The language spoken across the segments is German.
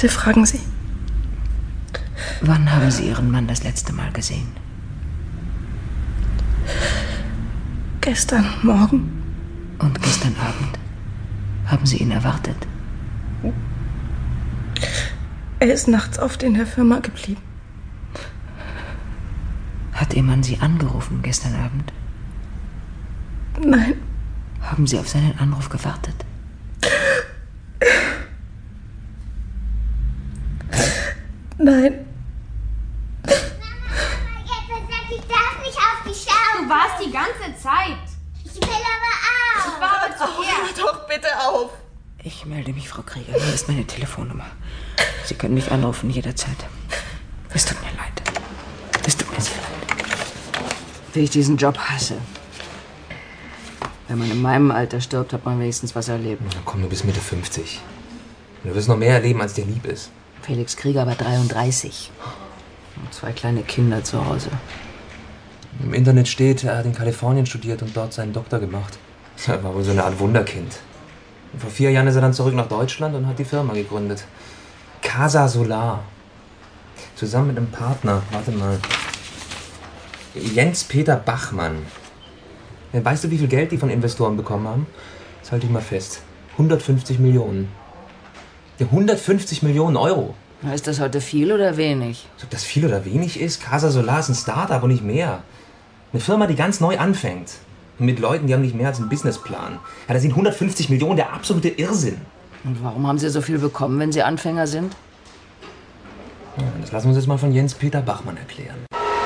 Bitte fragen Sie. Wann haben Sie Ihren Mann das letzte Mal gesehen? Gestern Morgen. Und gestern Abend? Haben Sie ihn erwartet? Er ist nachts oft in der Firma geblieben. Hat Ihr Mann Sie angerufen gestern Abend? Nein. Haben Sie auf seinen Anruf gewartet? Nein. Ich darf nicht auf die schauen. Du warst die ganze Zeit. Ich will aber auch. Ich war aber zuerst. Hör doch bitte auf. Ich melde mich, Frau Krieger. Hier ist meine Telefonnummer. Sie können mich anrufen jederzeit. Es tut mir leid. Es tut mir sehr leid. Wie ich diesen Job hasse. Wenn man in meinem Alter stirbt, hat man wenigstens was erlebt. Na komm, du bist Mitte 50. Du wirst noch mehr erleben, als dir lieb ist. Felix Krieger war 33. Und 2 kleine Kinder zu Hause. Im Internet steht, er hat in Kalifornien studiert und dort seinen Doktor gemacht. Er war wohl so eine Art Wunderkind. Und vor 4 Jahren ist er dann zurück nach Deutschland und hat die Firma gegründet. Casa Solar. Zusammen mit einem Partner, warte mal. Jens-Peter Bachmann. Ja, weißt du, wie viel Geld die von Investoren bekommen haben? Das halte ich mal fest. 150 Millionen. Ja, 150 Millionen Euro. Ist das heute viel oder wenig? Ob das viel oder wenig ist? Casa Solar ist ein Start-up und nicht mehr. Eine Firma, die ganz neu anfängt. Und mit Leuten, die haben nicht mehr als einen Businessplan. Ja, da sind 150 Millionen der absolute Irrsinn. Und warum haben Sie so viel bekommen, wenn Sie Anfänger sind? Ja, das lassen wir uns jetzt mal von Jens-Peter Bachmann erklären.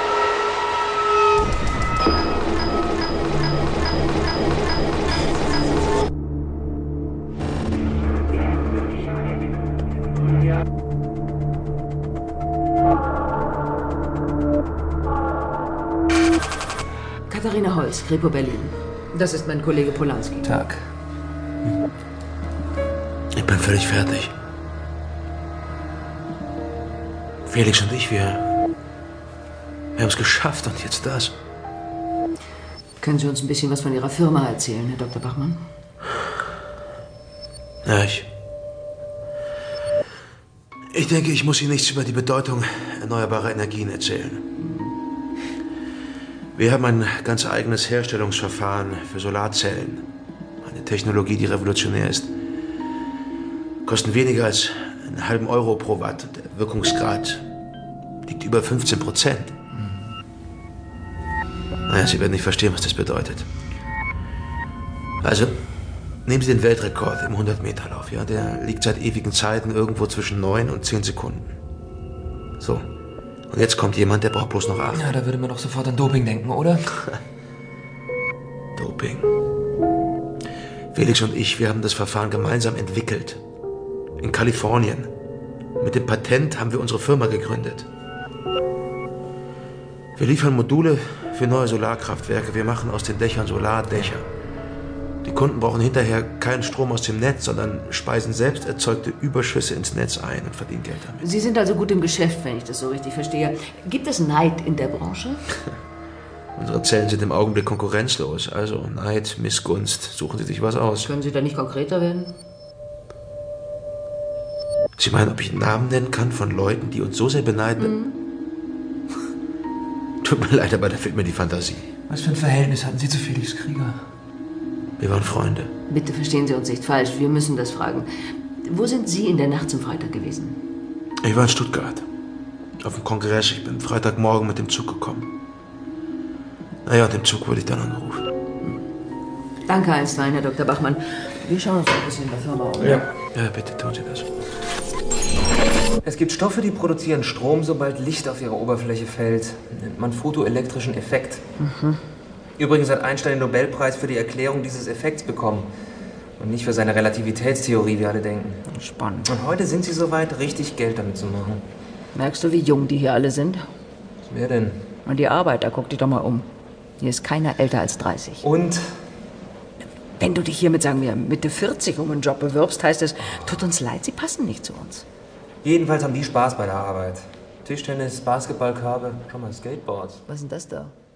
Katharina Holz, Kripo Berlin. Das ist mein Kollege Polanski. Tag. Ich bin völlig fertig. Felix und ich, wir haben es geschafft und jetzt das. Können Sie uns ein bisschen was von Ihrer Firma erzählen, Herr Dr. Bachmann? Ja, ich denke, ich muss Ihnen nichts über die Bedeutung erneuerbarer Energien erzählen. Wir haben ein ganz eigenes Herstellungsverfahren für Solarzellen. Eine Technologie, die revolutionär ist. Kosten weniger als einen halben Euro pro Watt. Der Wirkungsgrad liegt über 15%. Naja, Sie werden nicht verstehen, was das bedeutet. Also, nehmen Sie den Weltrekord im 100-Meter-Lauf. Ja? Der liegt seit ewigen Zeiten irgendwo zwischen 9 und 10 Sekunden. So. Und jetzt kommt jemand, der braucht bloß noch 8. Ja, da würde man doch sofort an Doping denken, oder? Doping. Felix und ich, wir haben das Verfahren gemeinsam entwickelt. In Kalifornien. Mit dem Patent haben wir unsere Firma gegründet. Wir liefern Module für neue Solarkraftwerke. Wir machen aus den Dächern Solardächer. Die Kunden brauchen hinterher keinen Strom aus dem Netz, sondern speisen selbst erzeugte Überschüsse ins Netz ein und verdienen Geld damit. Sie sind also gut im Geschäft, wenn ich das so richtig verstehe. Gibt es Neid in der Branche? Unsere Zellen sind im Augenblick konkurrenzlos. Also Neid, Missgunst. Suchen Sie sich was aus. Können Sie da nicht konkreter werden? Sie meinen, ob ich Namen nennen kann von Leuten, die uns so sehr beneiden? Tut mir leid, aber da fehlt mir die Fantasie. Was für ein Verhältnis hatten Sie zu Felix Krieger? Wir waren Freunde. Bitte verstehen Sie uns nicht falsch, wir müssen das fragen. Wo sind Sie in der Nacht zum Freitag gewesen? Ich war in Stuttgart. Auf dem Kongress. Ich bin Freitagmorgen mit dem Zug gekommen. Naja, und im Zug wurde ich dann angerufen. Danke einstweilen, Herr Dr. Bachmann. Wir schauen uns ein bisschen in der Firma um. Ja, bitte tun Sie das. Es gibt Stoffe, die produzieren Strom, sobald Licht auf ihre Oberfläche fällt. Nennt man photoelektrischen Effekt. Übrigens hat Einstein den Nobelpreis für die Erklärung dieses Effekts bekommen. Und nicht für seine Relativitätstheorie, wie alle denken. Spannend. Und heute sind sie soweit, richtig Geld damit zu machen. Merkst du, wie jung die hier alle sind? Wer denn? Und die Arbeiter, guck dich doch mal um. Hier ist keiner älter als 30. Und? Wenn du dich hier mit, sagen wir, Mitte 40 um einen Job bewirbst, heißt es, tut uns leid, sie passen nicht zu uns. Jedenfalls haben die Spaß bei der Arbeit. Tischtennis, Basketballkörbe, schon mal Skateboards. Was ist denn das da?